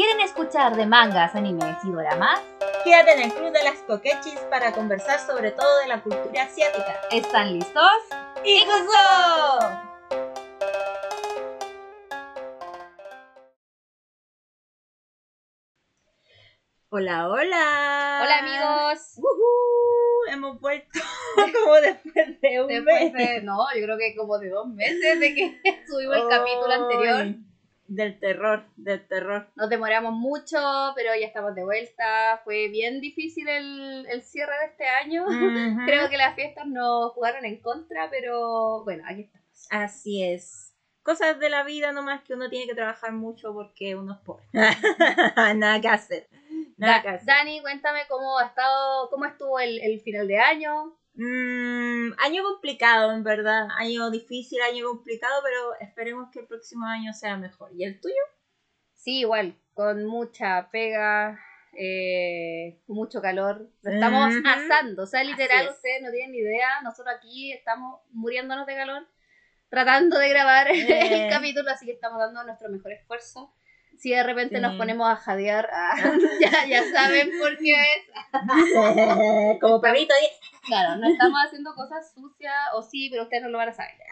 ¿Quieren escuchar de mangas, animes y doramas? Quédate en el Club de las Kokechis para conversar sobre todo de la cultura asiática. ¿Están listos? ¡Ikuzo! Hola, hola. Hola amigos. Hemos vuelto como después de un mes. No, yo creo que como de 2 meses de que subimos el capítulo anterior. Del terror. Nos demoramos mucho, pero ya estamos de vuelta. Fue bien difícil el cierre de este año. Uh-huh. Creo que las fiestas nos jugaron en contra, pero bueno, aquí estamos. Así es. Cosas de la vida nomás que uno tiene que trabajar mucho porque uno es pobre. Nada que hacer. Dani, cuéntame cómo estuvo el final de año. Año complicado, en verdad. Año difícil, año complicado, pero esperemos que el próximo año sea mejor. ¿Y el tuyo? Sí, igual, con mucha pega, mucho calor. Lo estamos asando, o sea, literal, ustedes no tienen ni idea. Nosotros aquí estamos muriéndonos de calor, tratando de grabar el capítulo, así que estamos dando nuestro mejor esfuerzo. Si de repente nos ponemos a jadear, ya saben por qué es. Como perrito. Claro, no estamos haciendo cosas sucias, o sí, pero ustedes no lo van a saber.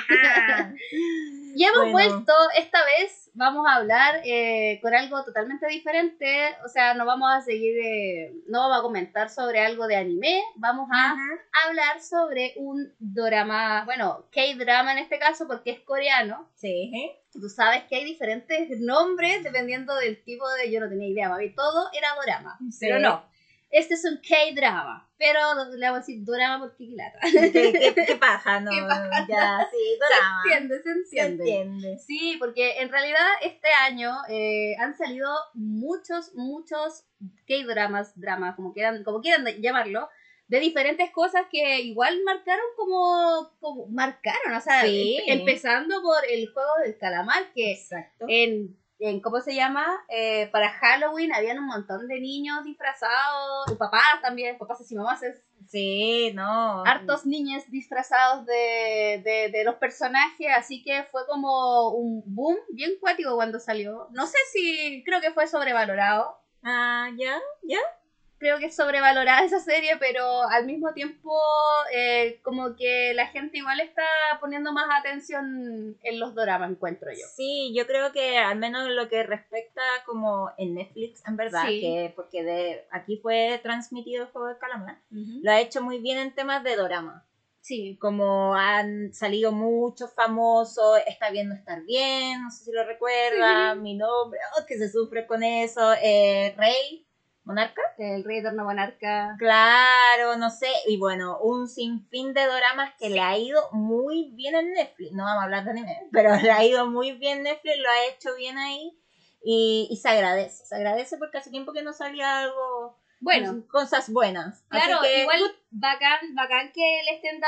Y hemos vuelto, esta vez vamos a hablar con algo totalmente diferente. O sea, no vamos a seguir, no vamos a comentar sobre algo de anime, vamos a hablar sobre un drama, bueno, K-drama en este caso, porque es coreano. Sí. Tú sabes que hay diferentes nombres dependiendo del tipo de... Yo no tenía idea, mami, todo era dorama, pero no. Este es un K-drama, pero le vamos a decir dorama porque lata. ¿Qué paja? No, ¿Qué paja? Ya, sí, dorama. Se entiende. Sí, porque en realidad este año han salido muchos K-dramas, como quieran llamarlo, de diferentes cosas que igual marcaron como marcaron, o sea, empezando por el juego del calamar, que exacto. en ¿cómo se llama? Para Halloween habían un montón de niños disfrazados, papás también, papás y mamás. Sí, no. Hartos niños disfrazados de los personajes, así que fue como un boom bien cuático cuando salió. No sé si, creo que fue sobrevalorado. ¿Ya? Creo que es sobrevalorada esa serie, pero al mismo tiempo como que la gente igual está poniendo más atención en los doramas, encuentro yo. Sí, yo creo que al menos lo que respecta como en Netflix, en verdad, que porque aquí fue transmitido el juego de calamar, lo ha hecho muy bien en temas de dorama. Sí. Como han salido muchos famosos, Está bien no estar bien, no sé si lo recuerda, Mi nombre, que se sufre con eso, Rey. ¿Monarca? El Rey Eterno Monarca. Claro, no sé. Y bueno, un sinfín de doramas que le ha ido muy bien en Netflix. No vamos a hablar de anime, pero le ha ido muy bien Netflix, lo ha hecho bien ahí. Y se agradece. Se agradece porque hace tiempo que no salía algo... Bueno. Cosas buenas. Claro, así que, igual bacán que le estén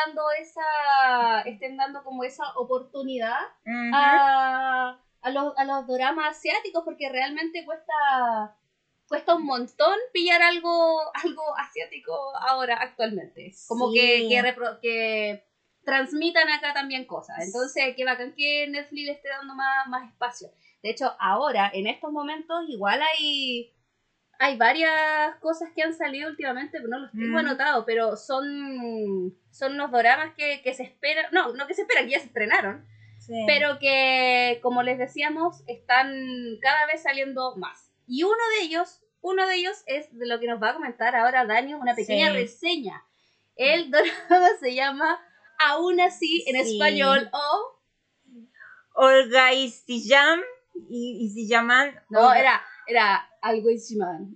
dando como esa oportunidad a los doramas asiáticos, porque realmente cuesta un montón pillar algo asiático ahora, actualmente. Como que transmitan acá también cosas. Entonces, qué bacán que Netflix le esté dando más espacio. De hecho, ahora, en estos momentos, igual hay varias cosas que han salido últimamente, pero no los tengo anotados, pero son unos doramas que se esperan, no que se esperan, que ya se estrenaron, pero que, como les decíamos, están cada vez saliendo más. Y uno de ellos es de lo que nos va a comentar ahora Dani, una pequeña reseña. El dorama se llama Aún así, en español, o Olga y se llaman... No, era Algo Ichiman.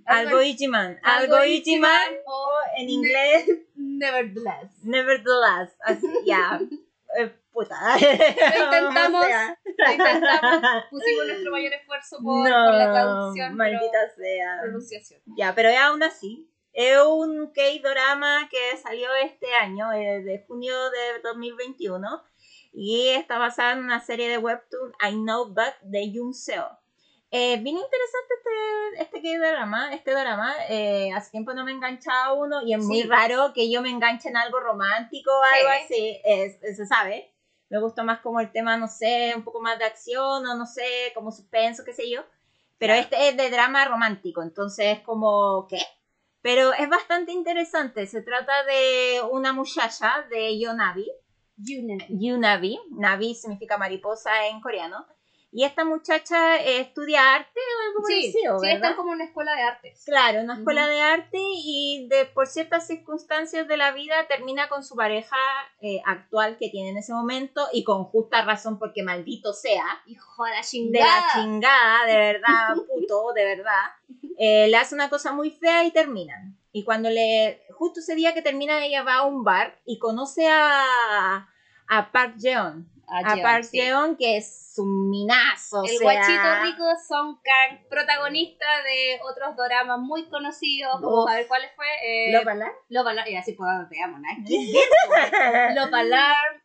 O en inglés Nevertheless. Así, ya. Puta. Lo intentamos. Pusimos nuestro mayor esfuerzo por la traducción. Maldita sea. Pronunciación. Ya, pero aún así. Es un K-drama que salió este año, de junio de 2021. Y está basada en una serie de webtoon, I Know But, de Jung Seo. Bien interesante este drama. Hace tiempo no me enganchaba uno y es muy raro que yo me enganche en algo romántico o algo así. Se sabe. Me gusta más como el tema, no sé, un poco más de acción o no sé, como suspenso, qué sé yo. Pero Claro. este es de drama romántico, entonces es como, ¿qué? Pero es bastante interesante. Se trata de una muchacha de Yonabi. Yunabi. Nabi significa mariposa en coreano. Y esta muchacha estudia arte o algo Sí, parecido, sí, ¿verdad? están como en una escuela de artes. Claro, una escuela de arte y por ciertas circunstancias de la vida termina con su pareja actual que tiene en ese momento y con justa razón porque maldito sea. Hijo de la De chingada. la chingada, de verdad, puto, de verdad. Le hace una cosa muy fea y terminan. Y cuando justo ese día que terminan, ella va a un bar y conoce a Park Jeon. A Park Jeon, que es un minazo. El guachito rico Song Kang, protagonista de otros doramas muy conocidos. Como, a ver, ¿cuáles fue? Love Alarm. Love Alarm, y así pues te amo, ¿no? Love Alarm,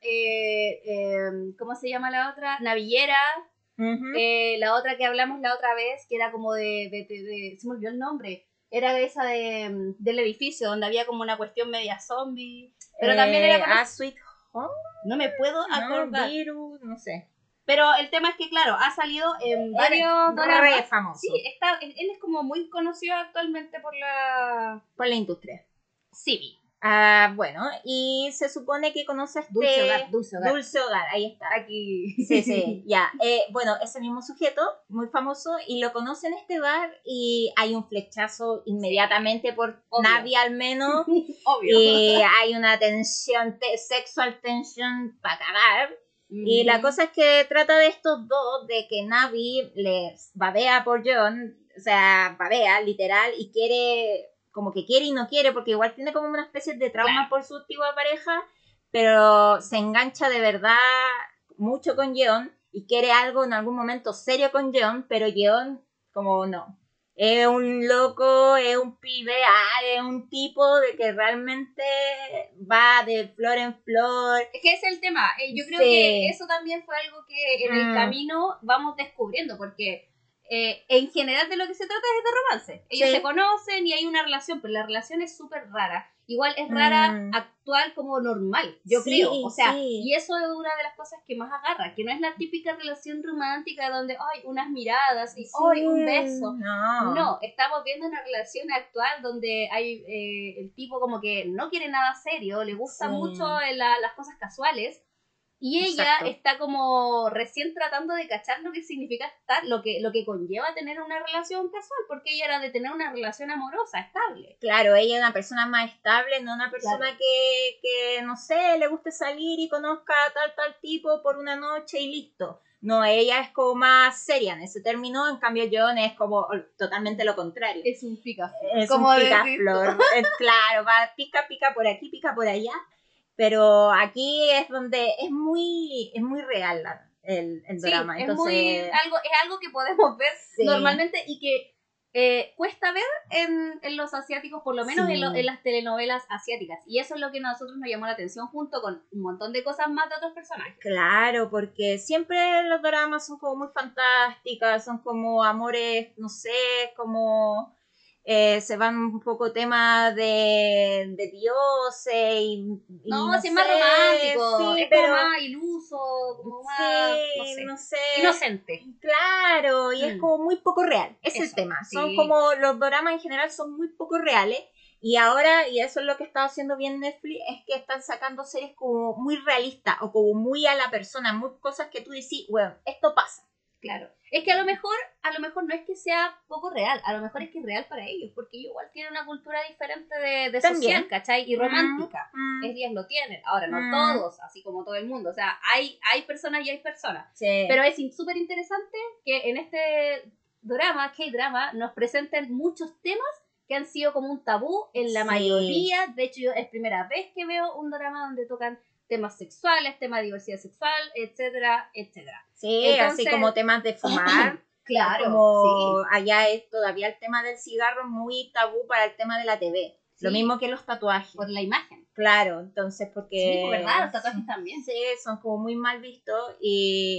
¿cómo se llama la otra? Navillera. La otra que hablamos la otra vez, que era como se me olvidó el nombre. Era esa del edificio, donde había como una cuestión media zombie. Pero también era como... Sweet Home. No me puedo acordar. Virus, no sé. Pero el tema es que, claro, ha salido en varios doramas. Re famoso. Sí, él es como muy conocido actualmente por la industria. CB. Bueno, y se supone que conoce Dulce Hogar, ahí está. Aquí. Sí, ya. Bueno, ese mismo sujeto, muy famoso, y lo conoce en este bar y hay un flechazo inmediatamente por nadie al menos. Obvio. Y hay una tensión, sexual tension para cagar. Y la cosa es que trata de estos dos, de que Navi les babea por John, o sea, babea, literal, y como que quiere y no quiere, porque igual tiene como una especie de trauma por su antigua pareja, pero se engancha de verdad mucho con Yeon y quiere algo en algún momento serio con Yeon, pero Yeon como no. Es un loco, es un pibe, es un tipo de que realmente va de flor en flor. Es que ese es el tema. Yo creo que eso también fue algo que en el camino vamos descubriendo, porque en general de lo que se trata es de romance. Ellos se conocen y hay una relación, pero la relación es súper rara. Igual es rara actual como normal, yo creo. O sea, y eso es una de las cosas que más agarra, que no es la típica relación romántica donde hay unas miradas y un beso. No, estamos viendo una relación actual donde hay el tipo como que no quiere nada serio, le gusta mucho las cosas casuales. Y ella está como recién tratando de cachar lo que significa estar, lo que conlleva tener una relación casual, porque ella era de tener una relación amorosa, estable. Claro, ella es una persona más estable, no una persona que, no sé, le guste salir y conozca a tal tipo por una noche y listo. No, ella es como más seria en ese término, en cambio John es como totalmente lo contrario. Es un picaflor. Es un picaflor. Claro, va pica por aquí, pica por allá. Pero aquí es donde es muy real el drama. Entonces, es algo que podemos ver normalmente y que cuesta ver en los asiáticos, por lo menos en las telenovelas asiáticas. Y eso es lo que a nosotros nos llamó la atención junto con un montón de cosas más de otros personajes. Claro, porque siempre los dramas son como muy fantásticas, son como amores, no sé, como... se van un poco temas de dioses y no si es más romántico, es pero, como más iluso, como más, no sé, inocente. Claro, y es como muy poco real, es el tema. Son como, los doramas en general son muy poco reales. Y ahora, y eso es lo que está haciendo bien Netflix, es que están sacando series como muy realistas o como muy a la persona, muy cosas que tú decís, bueno, esto pasa. Claro. Es que a lo mejor no es que sea poco real, a lo mejor es que es real para ellos, porque ellos igual tienen una cultura diferente de social, ¿cachai? Y romántica. Ellas lo tienen. Ahora, no todos, así como todo el mundo. O sea, hay personas y hay personas. Sí. Pero es súper interesante que en este K-drama, nos presenten muchos temas que han sido como un tabú en la mayoría. De hecho, es primera vez que veo un drama donde tocan temas sexuales, temas de diversidad sexual, etcétera, etcétera. Sí, entonces, así como temas de fumar. Claro, como allá es todavía el tema del cigarro muy tabú para el tema de la TV. Lo mismo que los tatuajes. Por la imagen. Claro, entonces porque... Sí, por verdad, los tatuajes también. Sí, son como muy mal vistos y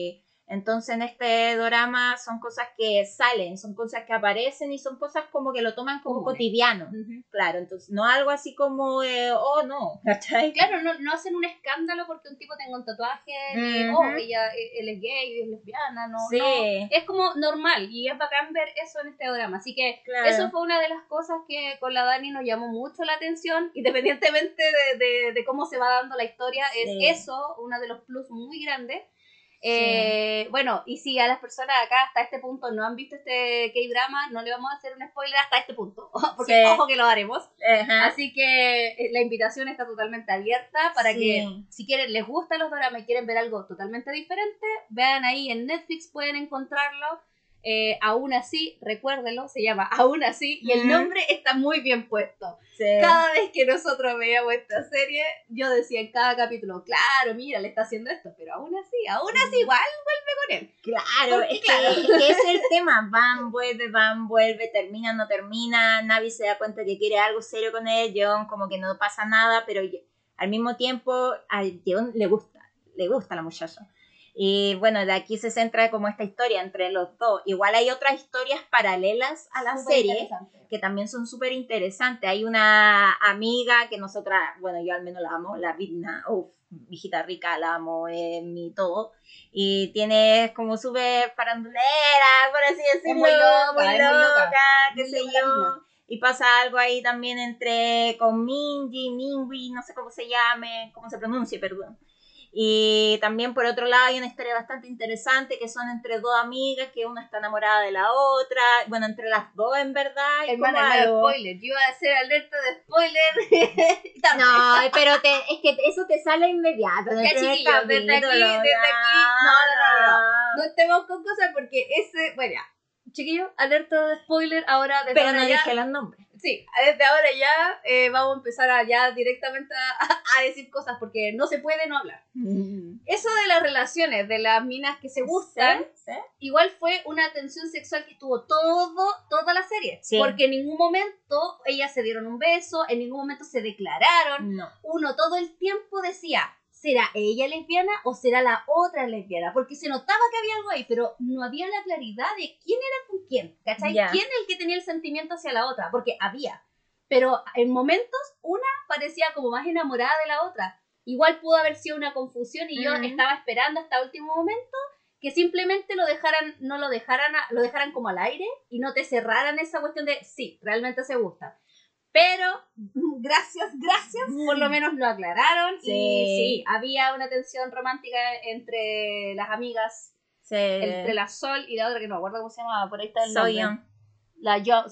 Entonces en este drama son cosas que salen, son cosas que aparecen y son cosas como que lo toman como cotidiano. Claro, entonces no algo así como oh no, ¿cachai? Claro, no hacen un escándalo porque un tipo tenga un tatuaje y él es gay, es lesbiana, no, sí. no, es como normal y es bacán ver eso en este drama, así que eso fue una de las cosas que con la Dani nos llamó mucho la atención, independientemente de cómo se va dando la historia, es eso, uno de los plus muy grandes. Bueno, y si a las personas acá hasta este punto no han visto este K-drama, no le vamos a hacer un spoiler hasta este punto, porque ojo que lo haremos. Así que la invitación está totalmente abierta para que si quieren, les gustan los dramas y quieren ver algo totalmente diferente, vean ahí en Netflix, pueden encontrarlo. Aún así, recuérdenlo, se llama Aún así y el nombre está muy bien puesto. Cada vez que nosotros veíamos esta serie, yo decía en cada capítulo, claro, mira, le está haciendo esto, pero aún así igual vuelve con él. Claro, es que ese es el tema, van, vuelve, termina, no termina, Navi se da cuenta que quiere algo serio con él, John como que no pasa nada, pero al mismo tiempo a John le gusta la muchacha. Y bueno, de aquí se centra como esta historia entre los dos. Igual hay otras historias paralelas a la serie que también son súper interesantes. Hay una amiga que nosotras, bueno, yo al menos la amo, la Vidna, viejita rica, la amo, mi todo. Y tiene como súper farandulera, por así decirlo. Muy loca, qué sé yo. Y pasa algo ahí también con Mingui, no sé cómo se pronuncia, perdón. Y también por otro lado hay una historia bastante interesante que son entre dos amigas, que una está enamorada de la otra, bueno, entre las dos en verdad. Hermana, no spoiler, yo iba a hacer alerta de spoiler. No, pero es que eso te sale inmediato. Chiquillos, desde aquí, no estemos con cosas porque bueno, ya, chiquillos, alerta de spoiler ahora. Pero no dije los nombres. Sí, desde ahora ya vamos a empezar ya directamente a decir cosas porque no se puede no hablar. Eso de las relaciones, de las minas que se gustan, igual fue una tensión sexual que estuvo toda la serie. Porque en ningún momento ellas se dieron un beso, en ningún momento se declararon. No. Uno todo el tiempo decía, ¿será ella lesbiana o será la otra lesbiana? Porque se notaba que había algo ahí, pero no había la claridad de quién era con quién, ¿cachai? ¿Quién es el que tenía el sentimiento hacia la otra? Porque había, pero en momentos una parecía como más enamorada de la otra. Igual pudo haber sido una confusión y yo estaba esperando hasta último momento que simplemente lo dejaran como al aire y no te cerraran esa cuestión de sí, realmente se gustan. Pero, gracias, por lo menos lo aclararon. Y sí, había una tensión romántica entre las amigas, entre la Sol y la otra que no me acuerdo cómo se llamaba, por ahí está el nombre.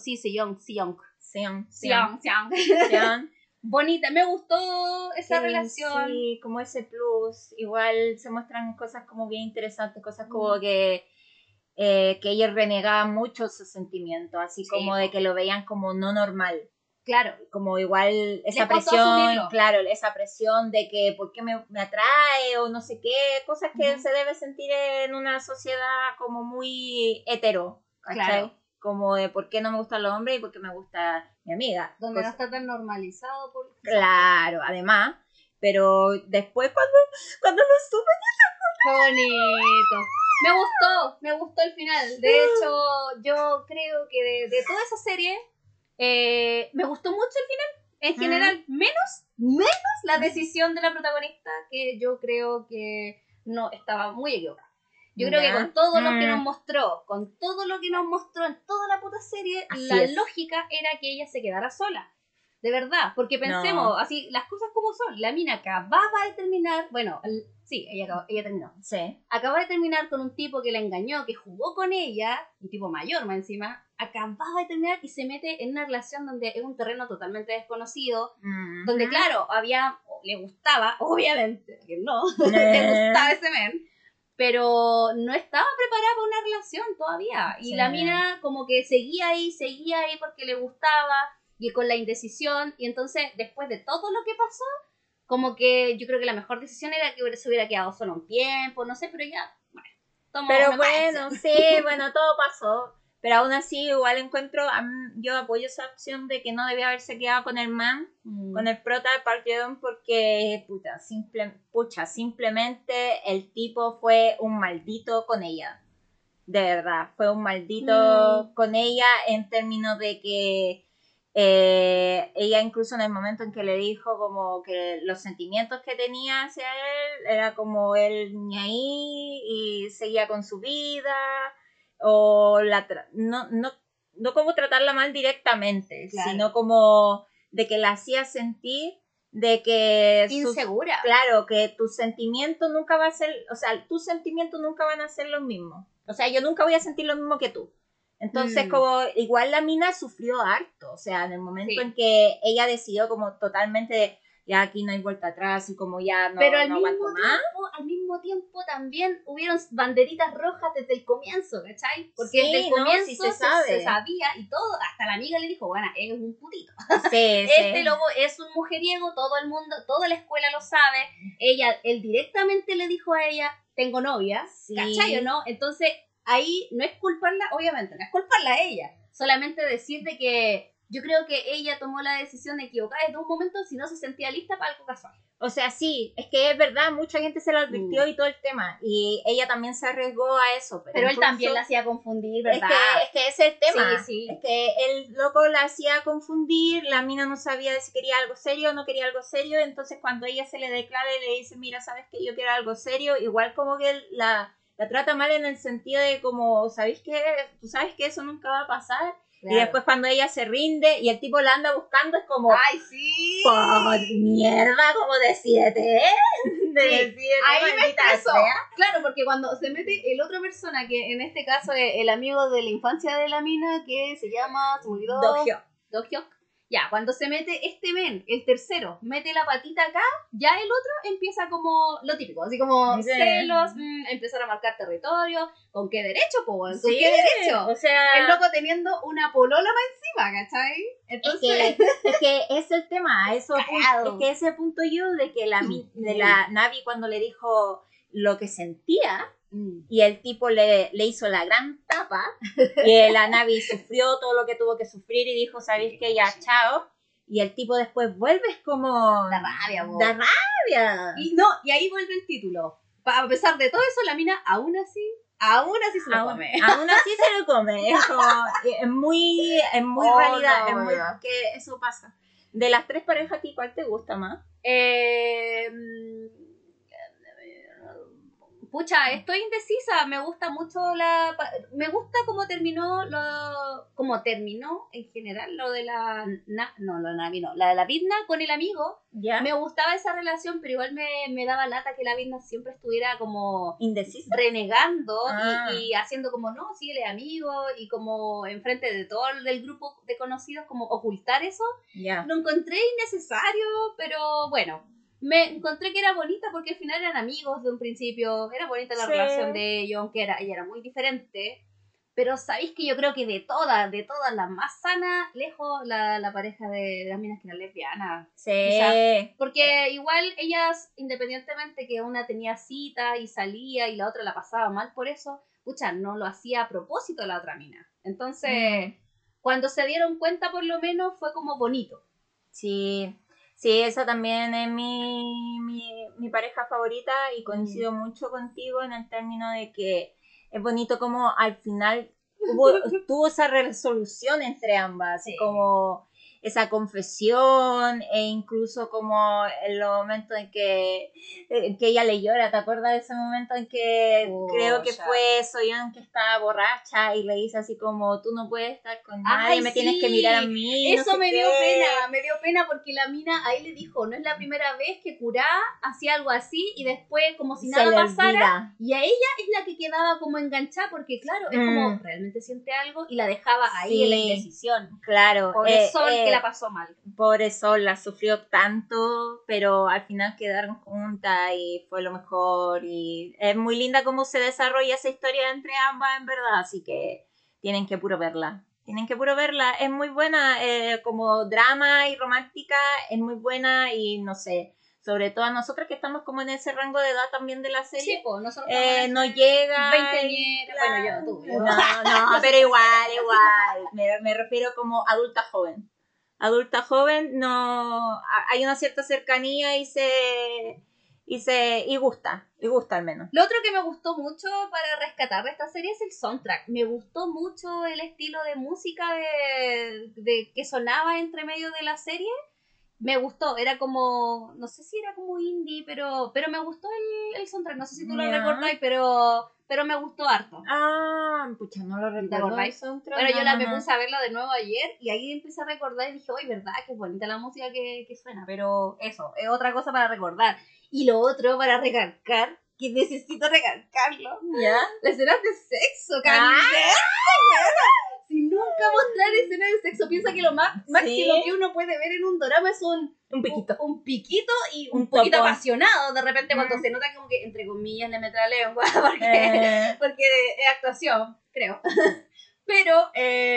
Sejong. Bonita, me gustó esa relación. Sí, como ese plus, igual se muestran cosas como bien interesantes, cosas como que ellos renegaban mucho sus sentimientos, así como de que lo veían como no normal. Claro. Como igual esa presión de que por qué me atrae o no sé qué, cosas que se debe sentir en una sociedad como muy hetero, ¿cachai? Claro. Como de por qué no me gustan los hombres y por qué me gusta mi amiga. Donde no está tan normalizado. Claro, además, pero después cuando lo supe... ¡Qué bonito! Me gustó el final. De hecho, yo creo que de toda esa serie... me gustó mucho el final, en general, menos la decisión de la protagonista, que yo creo que no estaba muy equivocada. Yo creo que con todo lo que nos mostró, en toda la puta serie, lógica era que ella se quedara sola. De verdad, porque pensemos, así, las cosas como son. La mina acababa de terminar, ella terminó. Sí. Acababa de terminar con un tipo que la engañó, que jugó con ella, un tipo mayor más encima, acababa de terminar y se mete en una relación donde es un terreno totalmente desconocido, donde claro, le gustaba, obviamente, que no, le gustaba ese men, pero no estaba preparada para una relación todavía. Y la mina como que seguía ahí porque le gustaba y con la indecisión. Y entonces, después de todo lo que pasó, como que yo creo que la mejor decisión era que se hubiera quedado solo un tiempo, no sé, pero ya, bueno. Pero bueno, sí, bueno, todo pasó. Pero aún así, igual encuentro, yo apoyo esa opción de que no debía haberse quedado con el man, con el prota de Park Yeon, porque, simplemente el tipo fue un maldito con ella. De verdad, fue un maldito con ella en términos de que ella incluso en el momento en que le dijo como que los sentimientos que tenía hacia él era como él ni ahí y seguía con su vida o no como tratarla mal directamente, claro, sino como de que la hacía sentir de que insegura. Claro, que tus sentimientos nunca va a ser, o sea, tus sentimientos nunca van a ser los mismos. O sea, yo nunca voy a sentir lo mismo que tú. Entonces, como igual la mina sufrió harto, o sea, en el momento en que ella decidió como totalmente, ya aquí no hay vuelta atrás y como ya no, pero no aguanto más. Al mismo tiempo también hubieron banderitas rojas desde el comienzo, ¿cachai? Porque desde el comienzo sí se sabía y todo, hasta la amiga le dijo, bueno, es un putito. Sí, lobo es un mujeriego, todo el mundo, toda la escuela lo sabe. Él directamente le dijo a ella, tengo novia, ¿cachai o no? Entonces, ahí no es culparla, obviamente, no es culparla a ella, solamente decir de que yo creo que ella tomó la decisión equivocada desde un momento si no se sentía lista para algo casual. O sea, sí, es que es verdad, mucha gente se lo advirtió y todo el tema, y ella también se arriesgó a eso. Pero él también la hacía confundir, ¿verdad? Es que ese es el tema. Sí. Es que el loco la hacía confundir, la mina no sabía si quería algo serio o no quería algo serio, entonces cuando ella se le declara y le dice, mira, sabes que yo quiero algo serio, igual como que él la trata mal en el sentido de como, ¿sabes qué? Tú sabes que eso nunca va a pasar. Claro. Y después cuando ella se rinde y el tipo la anda buscando es como, ¡ay, sí! ¡por mierda! Como decídete, Decídete, ahí me estresó. Claro, porque cuando se mete el otro persona, que en este caso es el amigo de la infancia de la mina, que se llama, se me olvidó, Do Hyuk. Ya, cuando se mete este men, el tercero, mete la patita acá, ya el otro empieza como lo típico, así como celos, empezar a marcar territorio. ¿Con qué derecho, po? ¿Con qué derecho? O sea, el loco teniendo una polola más encima, ¿cachai? Entonces, es que es el tema, es que ese punto yo de que de la Navi cuando le dijo lo que sentía y el tipo le hizo la gran tapa y la Navi sufrió todo lo que tuvo que sufrir y dijo, ¿sabéis qué? Ya, chao. Y el tipo después vuelve, es como... Da rabia, po. Da rabia. Y ahí vuelve el título. A pesar de todo eso, la mina aún así se lo come. Aún así se lo come. Es como, es muy realidad. Es muy que eso pasa. De las tres parejas, ¿cuál te gusta más? Pucha, estoy indecisa. Me gusta mucho me gusta cómo terminó en general lo de la de la Vidna con el amigo. ¿Ya? Me gustaba esa relación, pero igual me daba lata que la Vidna siempre estuviera como indecisa, renegando y haciendo como no, sí, él es amigo, y como enfrente de todo el grupo de conocidos, como ocultar eso. Yeah. Lo encontré innecesario, pero bueno. Me encontré que era bonita porque al final eran amigos de un principio. Era bonita la relación de ellos, aunque ella era muy diferente. Pero sabéis que yo creo que de todas las más sanas, lejos la pareja de las minas que eran lesbianas. Sí. Quizás, porque igual ellas, independientemente que una tenía cita y salía y la otra la pasaba mal por eso, pucha, no lo hacía a propósito la otra mina. Entonces, cuando se dieron cuenta por lo menos fue como bonito. Sí. Sí, esa también es mi pareja favorita y coincido mucho contigo en el término de que es bonito como al final tuvo esa resolución entre ambas, sí. Como esa confesión e incluso como en los momentos en que ella le llora, ¿te acuerdas de ese momento en que creo que fue Soyeon que estaba borracha y le dice así como tú no puedes estar con nadie, me tienes que mirar a mí? Eso me dio pena porque la mina ahí le dijo, no es la primera vez que Kurá hacía algo así y después como si nada pasara y a ella es la que quedaba como enganchada porque claro, es como realmente siente algo y la dejaba ahí en la indecisión. Claro. Por eso que la pasó mal. Pobre Sol, la sufrió tanto, pero al final quedaron juntas y fue lo mejor. Y es muy linda cómo se desarrolla esa historia entre ambas, en verdad. Así que tienen que puro verla. Es muy buena, como drama y romántica, es muy buena y no sé. sobre todo a nosotros que estamos como en ese rango de edad también de la serie. Sí, pues nosotros no llega... 20 bueno, yo, tú. No, pero igual. Me refiero como adulta joven. Adulta joven, no... Hay una cierta cercanía y gusta al menos. Lo otro que me gustó mucho para rescatar de esta serie es el soundtrack. Me gustó mucho el estilo de música de que sonaba entre medio de la serie. Me gustó, era como, no sé si era como indie, pero me gustó el soundtrack. No sé si tú lo recordáis, pero me gustó harto. Pucha, no lo recuerdo. ¿Te acordáis? Bueno, yo me puse a verla de nuevo ayer y ahí empecé a recordar y dije, oye, ¿verdad? Qué bonita la música que suena. Pero eso, es otra cosa para recordar. Y lo otro para recalcar, que necesito recalcarlo. ¿Ya? Las escenas de sexo, Si nunca mostrar escenas de sexo, piensa que lo máximo que uno puede ver en un drama es un piquito. Un piquito y un poquito topón. Apasionado. De repente cuando se nota como que, entre comillas, le mete la lengua, porque es actuación, creo. pero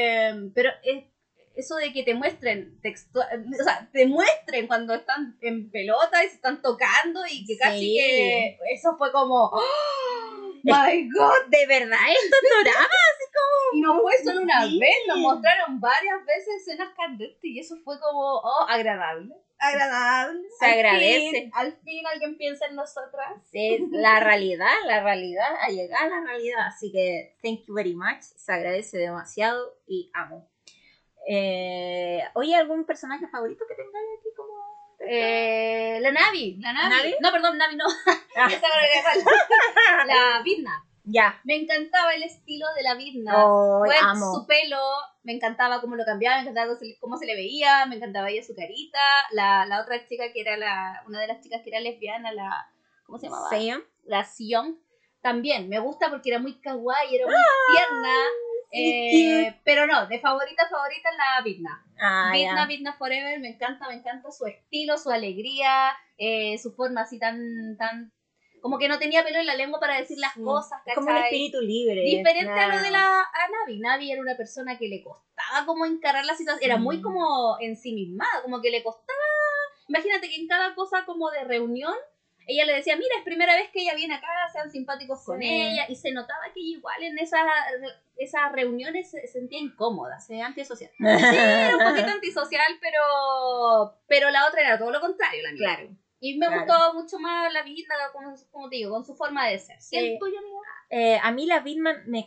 eso de que te muestren o sea, te muestren cuando están en pelota y se están tocando y que casi que eso fue como ¡oh, my God! ¿De verdad esto es drama? Así como... Y no fue solo una vez, nos mostraron varias veces escenas candentes y eso fue como agradable. Se agradece. Al fin alguien piensa en nosotras. Sí, la realidad, a llegar a la realidad. Así que thank you very much. Se agradece demasiado y amo. Oye, ¿algún personaje favorito que tengáis aquí como? La Navi. No, perdón, Navi no. La Vidna. Ya. Me encantaba el estilo de la Vidna. Amo. Su pelo, me encantaba cómo lo cambiaba, me encantaba cómo se le veía, me encantaba ella su carita. La otra chica que era una de las chicas que era lesbiana, ¿cómo se llamaba? Seon. La Sion. También me gusta porque era muy kawaii, era muy tierna. Pero no, de favorita es la Vidna. Vidna Forever, me encanta su estilo, su alegría, su forma así tan como que no tenía pelo en la lengua para decir las cosas, ¿cachai? Como un espíritu libre. Diferente a lo de a Navi. Navi era una persona que le costaba como encarar la situación, era muy como ensimismada, como que le costaba, imagínate que en cada cosa como de reunión ella le decía, mira, es primera vez que ella viene acá, sean simpáticos con ella, y se notaba que ella igual en esas reuniones se sentía incómoda, antisocial. Sí, era un poquito antisocial, pero la otra era todo lo contrario, la mía. Claro. Y me gustó mucho más la Vidna, como te digo, con su forma de ser. ¿Sí el tuyo, amiga? A mí la Vidna me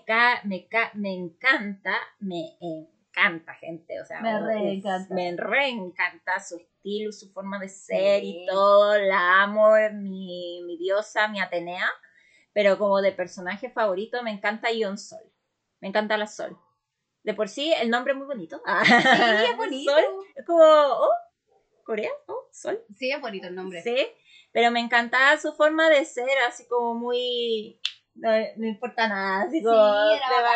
encanta, gente, o sea, me reencanta su estilo, su forma de ser y todo, la amo, es mi diosa, mi Atenea, pero como de personaje favorito me encanta Yeon Sol, me encanta la Sol, de por sí el nombre es muy bonito, sí, es bonito, Sol, es como, Corea, Sol, sí, es bonito el nombre, sí, pero me encantaba su forma de ser, así como muy... No importa nada, así como,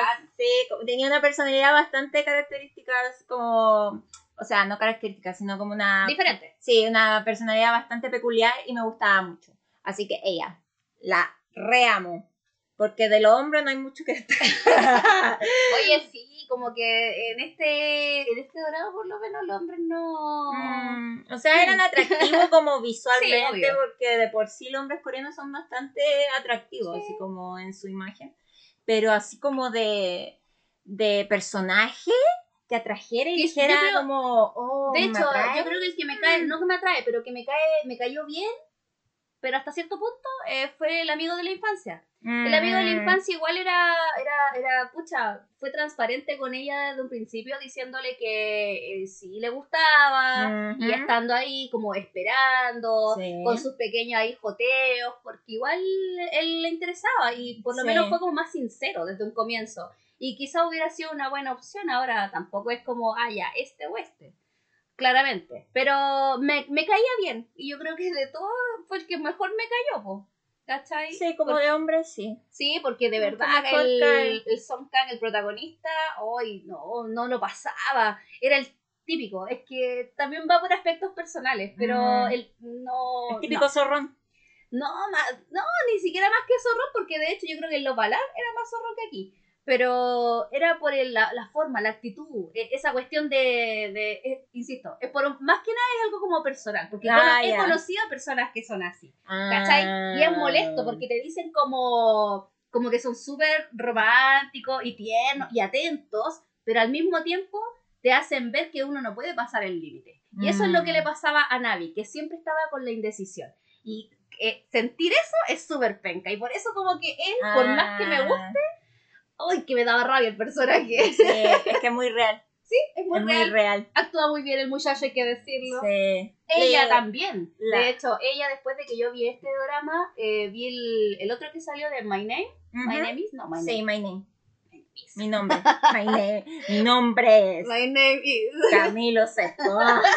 tenía una personalidad bastante característica, como, o sea, no característica, sino como una... Diferente. Sí, una personalidad bastante peculiar y me gustaba mucho. Así que ella, la reamo, porque de los hombres no hay mucho que estar. Oye, sí, como que en este drama por lo menos los hombres no... o sea, eran atractivos como visualmente, sí, porque de por sí los hombres coreanos son bastante atractivos, sí, así como en su imagen, pero así como de personaje que atrajera y dijera como, de hecho, yo creo que el que me cae, no que me atrae, pero que me cayó bien, pero hasta cierto punto fue el amigo de la infancia. El amigo de la infancia igual era pucha, fue transparente con ella desde un principio diciéndole que sí le gustaba y estando ahí como esperando, con sus pequeños ahí joteos, porque igual él le interesaba y por lo menos fue como más sincero desde un comienzo. Y quizá hubiera sido una buena opción, ahora tampoco es como, ya, este o este. Claramente, pero me caía bien y yo creo que de todo fue el que mejor me cayó, po, ¿cachai? Sí, como de hombre, sí. Sí, porque de verdad el Song Kang, el protagonista, hoy no lo pasaba, era el típico, es que también va por aspectos personales, pero el típico zorrón. No, ni siquiera más que zorrón, porque de hecho yo creo que en Los Balar era más zorrón que aquí. pero era por la forma, la actitud, esa cuestión insisto, es más que nada es algo como personal, porque he conocido a personas que son así, ¿cachai? Y es molesto porque te dicen como que son súper románticos y tiernos y atentos, pero al mismo tiempo te hacen ver que uno no puede pasar el límite. Y eso es lo que le pasaba a Navi, que siempre estaba con la indecisión. Y sentir eso es súper penca. Y por eso como que él, por más que me guste, ¡ay, que me daba rabia el personaje! Sí, es que es muy real. Sí, es muy real. Actúa muy bien el muchacho, hay que decirlo. Sí. Ella también. De hecho, ella después de que yo vi este drama, vi el otro que salió de My Name. My Name is, no, My Name. Sí, My Name. Mi nombre. Mi nombre es. My name is. Camilo Sesto.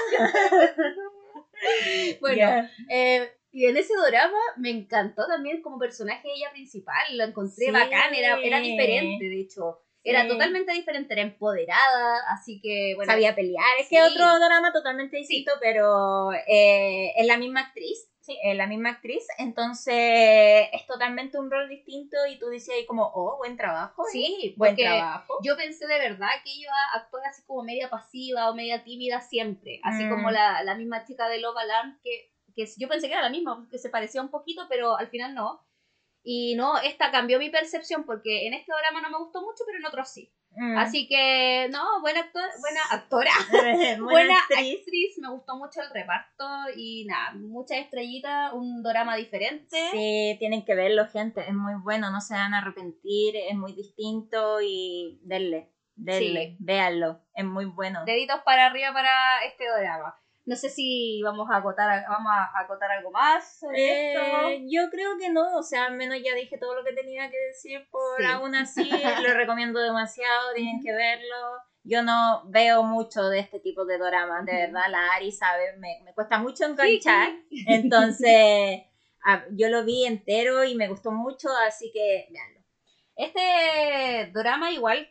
Bueno, y en ese drama me encantó también como personaje ella principal. Lo encontré bacán, era diferente, de hecho. Era totalmente diferente, era empoderada, así que bueno. Sabía pelear. Es que otro drama totalmente distinto, pero es la misma actriz. Sí, la misma actriz, entonces es totalmente un rol distinto y tú dices ahí como, buen trabajo. Sí, buen trabajo. Yo pensé de verdad que iba a actuar así como media pasiva o media tímida siempre, así como la misma chica de Love Alarm, que yo pensé que era la misma, porque se parecía un poquito, pero al final no. Y no, esta cambió mi percepción, porque en este drama no me gustó mucho, pero en otros sí. Así que, no, buena actora, buena actriz, me gustó mucho el reparto y nada, muchas estrellitas, un drama diferente. Sí, tienen que verlo, gente, es muy bueno, no se van a arrepentir, es muy distinto y denle, véanlo, es muy bueno. Deditos para arriba para este drama. No sé si vamos a acotar algo más sobre esto. Yo creo que no, o sea, al menos ya dije todo lo que tenía que decir, aún así lo recomiendo demasiado, tienen que verlo. Yo no veo mucho de este tipo de doramas, de verdad, la Ari sabe, me cuesta mucho enganchar, entonces yo lo vi entero y me gustó mucho, así que veanlo. Este drama igual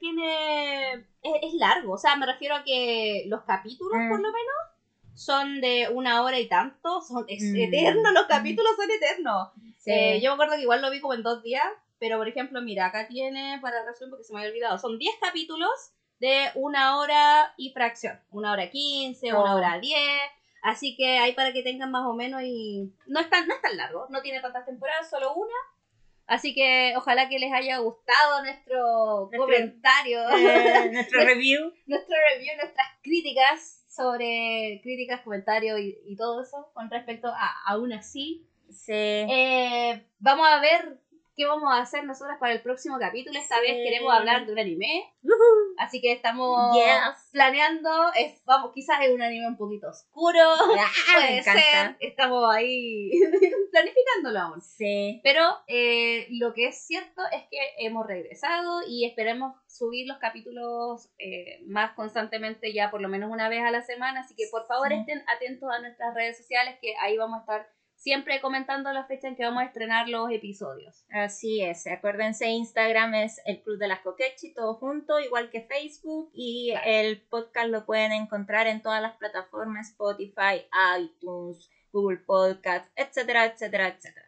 es largo, o sea, me refiero a que los capítulos por lo menos son de 1 hora y tanto, es eterno, los capítulos son eternos. Sí. Yo me acuerdo que igual lo vi como en 2 días, pero por ejemplo, mira, acá tiene, para resumen porque se me había olvidado, son 10 capítulos de 1 hora y fracción, 1 hora 15, 1 hora 10, así que ahí para que tengan más o menos y no es tan largo, no tiene tantas temporadas, solo una. Así que ojalá que les haya gustado nuestro comentario, nuestro review, nuestras críticas sobre comentarios y todo eso con respecto a Aún Así. Sí. Vamos a ver qué vamos a hacer nosotras para el próximo capítulo. Esta vez queremos hablar de un anime. Así que estamos planeando. Quizás es un anime un poquito oscuro. Puede ser. Estamos ahí planificándolo aún. Sí. Pero lo que es cierto es que hemos regresado y esperemos subir los capítulos más constantemente, ya por lo menos una vez a la semana. Así que por favor estén atentos a nuestras redes sociales, que ahí vamos a estar siempre comentando la fecha en que vamos a estrenar los episodios. Así es, acuérdense, Instagram es el Club de las Kokechi, todo junto, igual que Facebook, y el podcast lo pueden encontrar en todas las plataformas, Spotify, iTunes, Google Podcast, etcétera, etcétera, etcétera.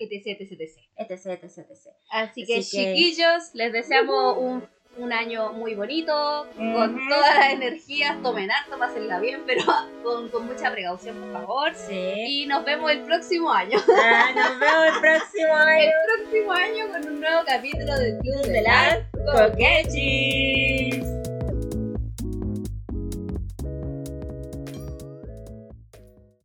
etc. Así que chiquillos, les deseamos un año muy bonito, con todas las energías, tomen harto, pásenla bien, pero con mucha precaución, por favor. Sí. Y nos vemos el próximo año. Nos vemos el próximo año. El próximo año con un nuevo capítulo del Club de las Kokechi.